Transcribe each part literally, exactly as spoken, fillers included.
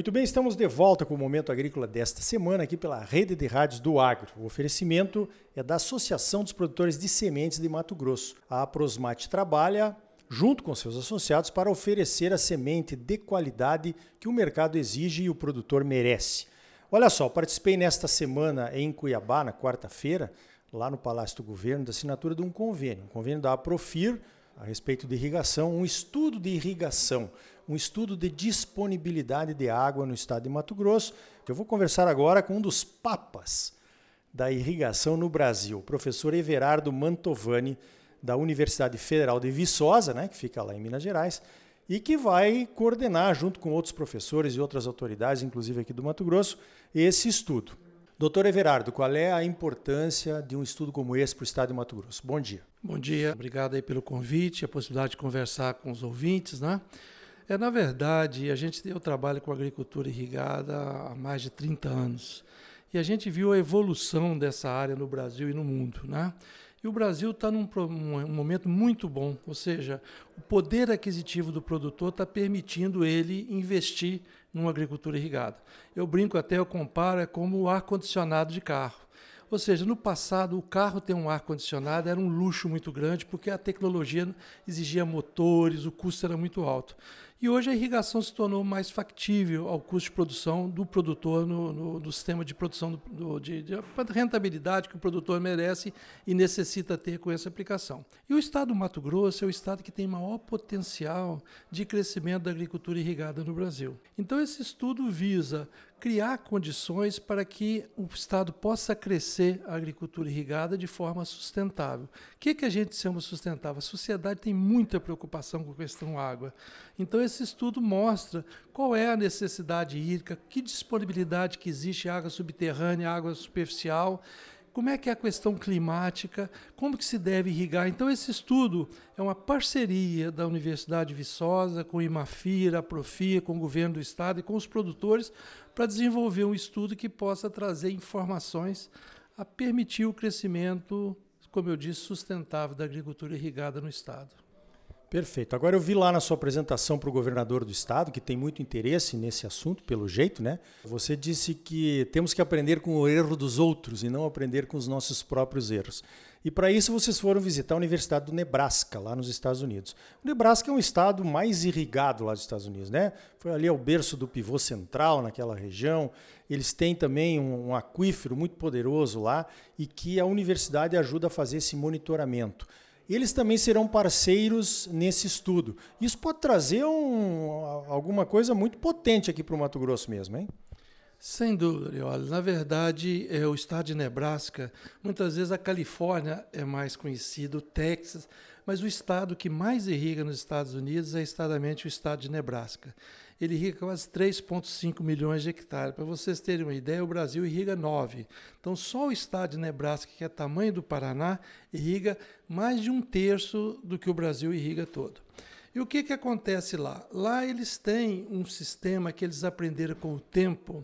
Muito bem, estamos de volta com o Momento Agrícola desta semana aqui pela Rede de Rádios do Agro. O oferecimento é da Associação dos Produtores de Sementes de Mato Grosso. A Aprosmate trabalha junto com seus associados para oferecer a semente de qualidade que o mercado exige e o produtor merece. Olha só, participei nesta semana em Cuiabá, na quarta-feira, lá no Palácio do Governo, da assinatura de um convênio, um convênio da Aprofir a respeito de irrigação, um estudo de irrigação, um estudo de disponibilidade de água no estado de Mato Grosso. Eu vou conversar agora com um dos papas da irrigação no Brasil, o professor Everardo Mantovani, da Universidade Federal de Viçosa, né, que fica lá em Minas Gerais, e que vai coordenar, junto com outros professores e outras autoridades, inclusive aqui do Mato Grosso, esse estudo. Doutor Everardo, qual é a importância de um estudo como esse para o estado de Mato Grosso? Bom dia. Bom dia, obrigado aí pelo convite, a possibilidade de conversar com os ouvintes, né? É, na verdade, a gente eu trabalho com agricultura irrigada há mais de trinta anos e a gente viu a evolução dessa área no Brasil e no mundo, né? E o Brasil está num um momento muito bom, ou seja, o poder aquisitivo do produtor está permitindo ele investir numa agricultura irrigada. Eu brinco até, eu comparo, é como o ar-condicionado de carro. Ou seja, no passado, o carro ter um ar-condicionado era um luxo muito grande, porque a tecnologia exigia motores, o custo era muito alto. E hoje a irrigação se tornou mais factível ao custo de produção do produtor no, no, no sistema de produção do, do, de, de rentabilidade que o produtor merece e necessita ter com essa aplicação. E o estado do Mato Grosso é o estado que tem maior potencial de crescimento da agricultura irrigada no Brasil. Então esse estudo visa criar condições para que o estado possa crescer a agricultura irrigada de forma sustentável. O que, que a gente chama sustentável? A sociedade tem muita preocupação com a questão água. Então esse estudo mostra qual é a necessidade hídrica, que disponibilidade que existe, água subterrânea, água superficial, como é que é a questão climática, como que se deve irrigar. Então esse estudo é uma parceria da Universidade de Viçosa com o IMAFIR, a Profir, com o governo do estado e com os produtores para desenvolver um estudo que possa trazer informações a permitir o crescimento, como eu disse, sustentável da agricultura irrigada no estado. Perfeito. Agora eu vi lá na sua apresentação para o governador do estado, que tem muito interesse nesse assunto, pelo jeito, né? Você disse que temos que aprender com o erro dos outros e não aprender com os nossos próprios erros. E para isso vocês foram visitar a Universidade do Nebraska, lá nos Estados Unidos. O Nebraska é um estado mais irrigado lá dos Estados Unidos, né? Foi ali ao berço do pivô central, naquela região. Eles têm também um, um aquífero muito poderoso lá e que a universidade ajuda a fazer esse monitoramento. Eles também serão parceiros nesse estudo. Isso pode trazer um, alguma coisa muito potente aqui para o Mato Grosso mesmo, hein? Sem dúvida, olha, na verdade, é o estado de Nebraska, muitas vezes a Califórnia é mais conhecido, o Texas, mas o estado que mais irriga nos Estados Unidos é exatamente o estado de Nebraska. Ele irriga quase três vírgula cinco milhões de hectares. Para vocês terem uma ideia, o Brasil irriga nove. Então, só o estado de Nebraska, que é tamanho do Paraná, irriga mais de um terço do que o Brasil irriga todo. E o que, que acontece lá? Lá eles têm um sistema que eles aprenderam com o tempo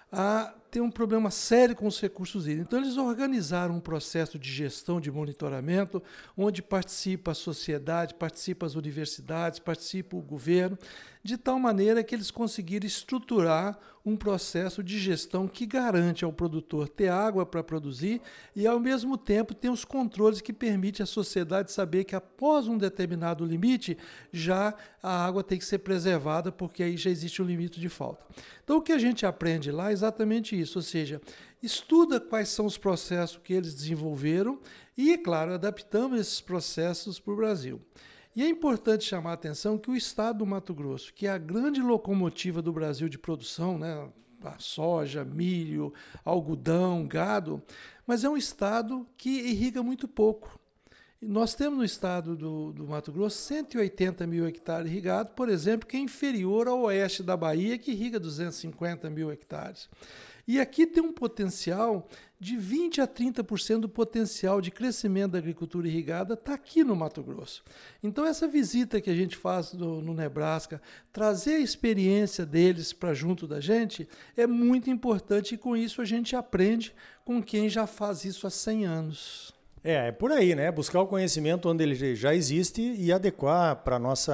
a ter um problema sério com os recursos hídricos. Então, eles organizaram um processo de gestão, de monitoramento, onde participa a sociedade, participa as universidades, participa o governo, de tal maneira que eles conseguiram estruturar um processo de gestão que garante ao produtor ter água para produzir e, ao mesmo tempo, tem os controles que permitem à sociedade saber que, após um determinado limite, já a água tem que ser preservada, porque aí já existe um limite de falta. Então, o que a gente aprende lá é exatamente isso, ou seja, estuda quais são os processos que eles desenvolveram e, é claro, adaptamos esses processos para o Brasil. E é importante chamar a atenção que o estado do Mato Grosso, que é a grande locomotiva do Brasil de produção, né, a soja, milho, algodão, gado, mas é um estado que irriga muito pouco. E nós temos no estado do, do Mato Grosso cento e oitenta mil hectares irrigados, por exemplo, que é inferior ao oeste da Bahia, que irriga duzentos e cinquenta mil hectares. E aqui tem um potencial de vinte a trinta por cento do potencial de crescimento da agricultura irrigada está aqui no Mato Grosso. Então essa visita que a gente faz no, no Nebraska, trazer a experiência deles para junto da gente, é muito importante e com isso a gente aprende com quem já faz isso há cem anos. É, é por aí, né? Buscar o conhecimento onde ele já existe e adequar para a nossa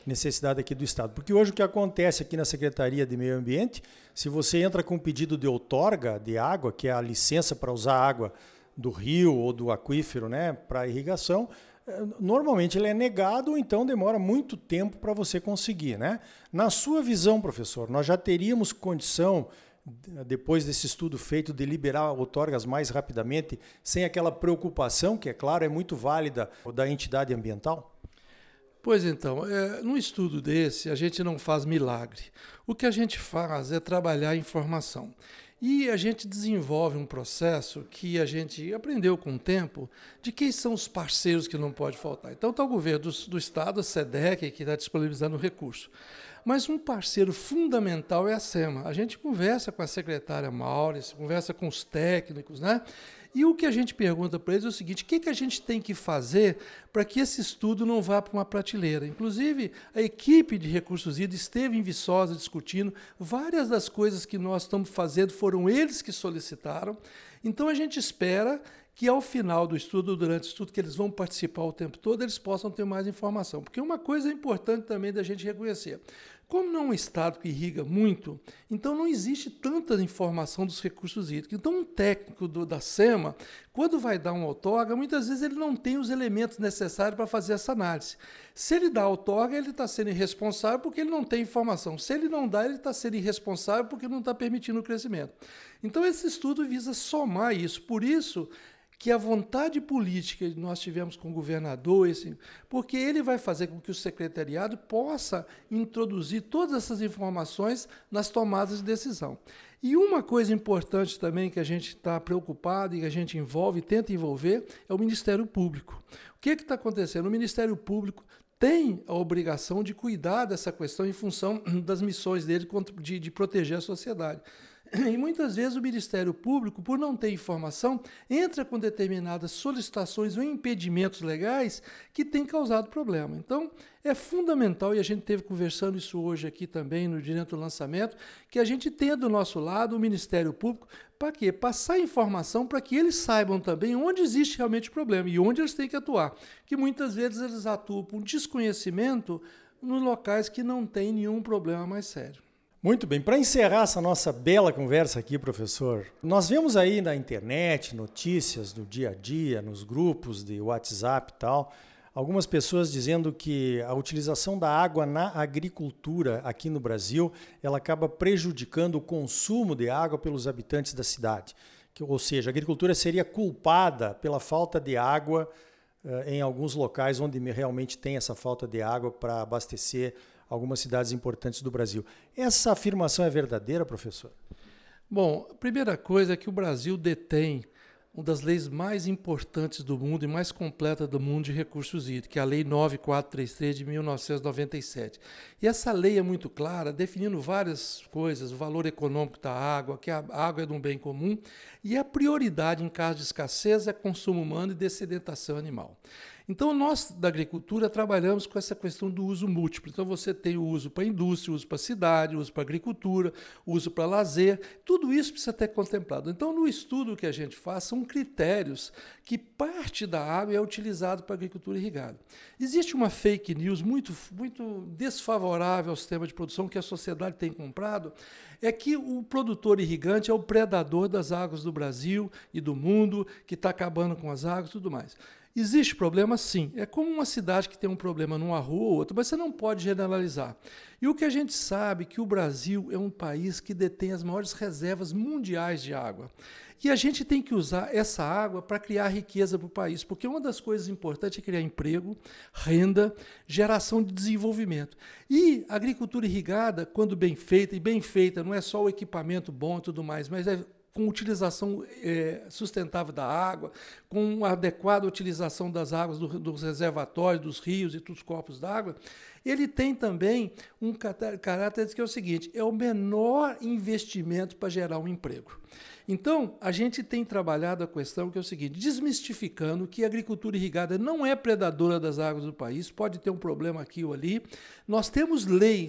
necessidade aqui do Estado. Porque hoje o que acontece aqui na Secretaria de Meio Ambiente, se você entra com um pedido de outorga de água, que é a licença para usar água do rio ou do aquífero, né, para irrigação, normalmente ele é negado, ou então demora muito tempo para você conseguir, né? Na sua visão, professor, nós já teríamos condição, depois desse estudo feito, de liberar outorgas mais rapidamente, sem aquela preocupação, que é claro, é muito válida, da entidade ambiental? Pois então, é, num estudo desse, a gente não faz milagre. O que a gente faz é trabalhar a informação. E a gente desenvolve um processo que a gente aprendeu com o tempo de quem são os parceiros que não pode faltar. Então está o governo do, do Estado, a SEDEC, que está disponibilizando o recurso. Mas um parceiro fundamental é a SEMA. A gente conversa com a secretária Maurice, conversa com os técnicos, né? E o que a gente pergunta para eles é o seguinte: o que, que a gente tem que fazer para que esse estudo não vá para uma prateleira? Inclusive, a equipe de Recursos Hídricos esteve em Viçosa discutindo. Várias das coisas que nós estamos fazendo foram eles que solicitaram. Então, a gente espera que, ao final do estudo, durante o estudo, que eles vão participar o tempo todo, eles possam ter mais informação. Porque uma coisa importante também da gente reconhecer: como não é um estado que irriga muito, então não existe tanta informação dos recursos hídricos. Então, um técnico do, da SEMA, quando vai dar uma outorga, muitas vezes ele não tem os elementos necessários para fazer essa análise. Se ele dá a outorga, ele está sendo irresponsável porque ele não tem informação. Se ele não dá, ele está sendo irresponsável porque não está permitindo o crescimento. Então, esse estudo visa somar isso. Por isso que a vontade política que nós tivemos com o governador, esse, porque ele vai fazer com que o secretariado possa introduzir todas essas informações nas tomadas de decisão. E uma coisa importante também que a gente está preocupado e que a gente envolve, tenta envolver, é o Ministério Público. O que está acontecendo? O Ministério Público tem a obrigação de cuidar dessa questão em função das missões dele de, de proteger a sociedade. E muitas vezes o Ministério Público, por não ter informação, entra com determinadas solicitações ou impedimentos legais que têm causado problema. Então, é fundamental, e a gente esteve conversando isso hoje aqui também, no direto do lançamento, que a gente tenha do nosso lado o Ministério Público para quê? Passar informação para que eles saibam também onde existe realmente o problema e onde eles têm que atuar. Que muitas vezes eles atuam por desconhecimento nos locais que não tem nenhum problema mais sério. Muito bem, para encerrar essa nossa bela conversa aqui, professor, nós vemos aí na internet, notícias do dia a dia, nos grupos de WhatsApp e tal, algumas pessoas dizendo que a utilização da água na agricultura aqui no Brasil, ela acaba prejudicando o consumo de água pelos habitantes da cidade. Que, ou seja, a agricultura seria culpada pela falta de água eh, em alguns locais onde realmente tem essa falta de água para abastecer algumas cidades importantes do Brasil. Essa afirmação é verdadeira, professor? Bom, a primeira coisa é que o Brasil detém uma das leis mais importantes do mundo e mais completa do mundo de recursos hídricos, que é a Lei nove mil quatrocentos e trinta e três de mil novecentos e noventa e sete. E essa lei é muito clara, definindo várias coisas, o valor econômico da água, que a água é de um bem comum, e a prioridade em caso de escassez é consumo humano e dessedentação animal. Então, nós da agricultura trabalhamos com essa questão do uso múltiplo. Então, você tem o uso para a indústria, o uso para a cidade, o uso para a agricultura, o uso para lazer, tudo isso precisa ter contemplado. Então, no estudo que a gente faz, são critérios que parte da água é utilizada para a agricultura irrigada. Existe uma fake news muito, muito desfavorável ao sistema de produção que a sociedade tem comprado, é que o produtor irrigante é o predador das águas do Brasil e do mundo, que está acabando com as águas e tudo mais. Existe problema? Sim. É como uma cidade que tem um problema numa rua ou outra, mas você não pode generalizar. E o que a gente sabe é que o Brasil é um país que detém as maiores reservas mundiais de água. E a gente tem que usar essa água para criar riqueza para o país, porque uma das coisas importantes é criar emprego, renda, geração de desenvolvimento. E a agricultura irrigada, quando bem feita, e bem feita não é só o equipamento bom e tudo mais, mas é com utilização é, sustentável da água, com a adequada utilização das águas do, dos reservatórios, dos rios e dos corpos d'água, ele tem também um caráter que é o seguinte: é o menor investimento para gerar um emprego. Então, a gente tem trabalhado a questão que é o seguinte, desmistificando que a agricultura irrigada não é predadora das águas do país, pode ter um problema aqui ou ali. Nós temos leis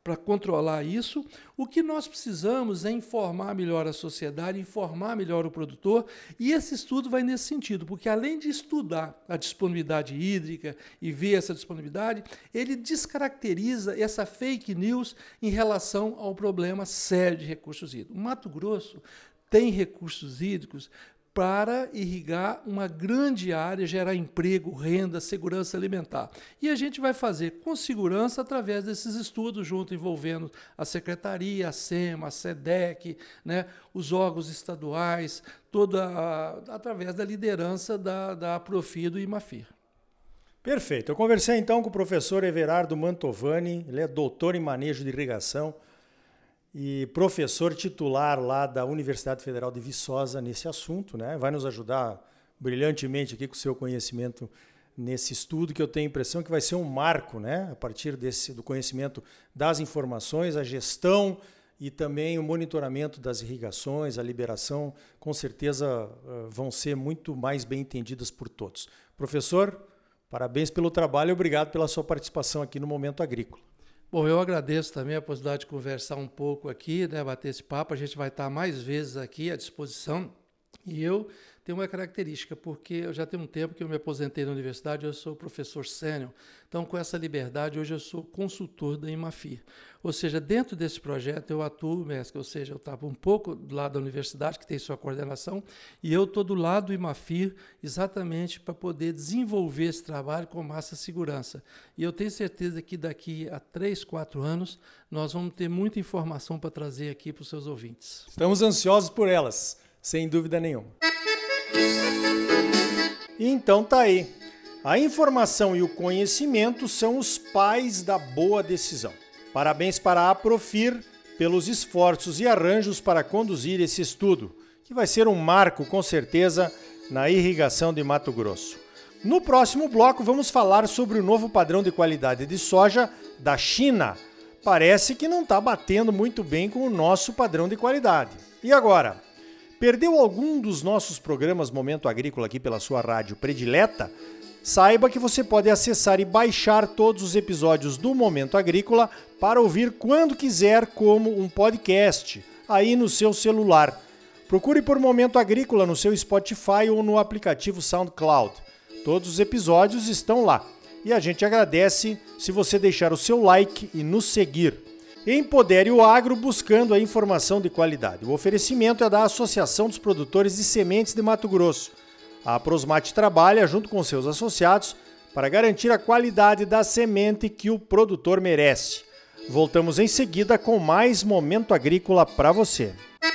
para controlar isso. O que nós precisamos é informar melhor a sociedade, informar melhor o produtor, e esse estudo vai nesse sentido, porque além de estudar a disponibilidade hídrica e ver essa disponibilidade, ele descaracteriza essa fake news em relação ao problema sério de recursos hídricos. O Mato Grosso tem recursos hídricos para irrigar uma grande área, gerar emprego, renda, segurança alimentar. E a gente vai fazer com segurança através desses estudos, junto envolvendo a Secretaria, a SEMA, a SEDEC, né, os órgãos estaduais, toda a, através da liderança da, da Aprofir e do IMAFIR. Perfeito. Eu conversei então com o professor Everardo Mantovani, ele é doutor em manejo de irrigação e professor titular lá da Universidade Federal de Viçosa nesse assunto, né? Vai nos ajudar brilhantemente aqui com o seu conhecimento nesse estudo, que eu tenho a impressão que vai ser um marco, né? A partir desse, do conhecimento das informações, a gestão e também o monitoramento das irrigações, a liberação, com certeza vão ser muito mais bem entendidas por todos. Professor, parabéns pelo trabalho e obrigado pela sua participação aqui no Momento Agrícola. Bom, eu agradeço também a possibilidade de conversar um pouco aqui, né, bater esse papo. A gente vai estar mais vezes aqui à disposição. E eu tenho uma característica, porque eu já tenho um tempo que eu me aposentei na universidade, eu sou professor sênior. Então, com essa liberdade, hoje eu sou consultor da IMAFIR. Ou seja, dentro desse projeto eu atuo, mestre, ou seja, eu estava um pouco do lado da universidade, que tem sua coordenação, e eu estou do lado do IMAFIR exatamente para poder desenvolver esse trabalho com massa segurança. E eu tenho certeza que daqui a três, quatro anos nós vamos ter muita informação para trazer aqui para os seus ouvintes. Estamos ansiosos por elas, sem dúvida nenhuma. Então tá aí. A informação e o conhecimento são os pais da boa decisão. Parabéns para a Aprofir pelos esforços e arranjos para conduzir esse estudo, que vai ser um marco, com certeza, na irrigação de Mato Grosso. No próximo bloco, vamos falar sobre o novo padrão de qualidade de soja da China. Parece que não está batendo muito bem com o nosso padrão de qualidade. E agora? Perdeu algum dos nossos programas Momento Agrícola aqui pela sua rádio predileta? Saiba que você pode acessar e baixar todos os episódios do Momento Agrícola para ouvir quando quiser como um podcast, aí no seu celular. Procure por Momento Agrícola no seu Spotify ou no aplicativo SoundCloud. Todos os episódios estão lá. E a gente agradece se você deixar o seu like e nos seguir. Empodere o agro buscando a informação de qualidade. O oferecimento é da Associação dos Produtores de Sementes de Mato Grosso. A Prosmate trabalha junto com seus associados para garantir a qualidade da semente que o produtor merece. Voltamos em seguida com mais Momento Agrícola para você.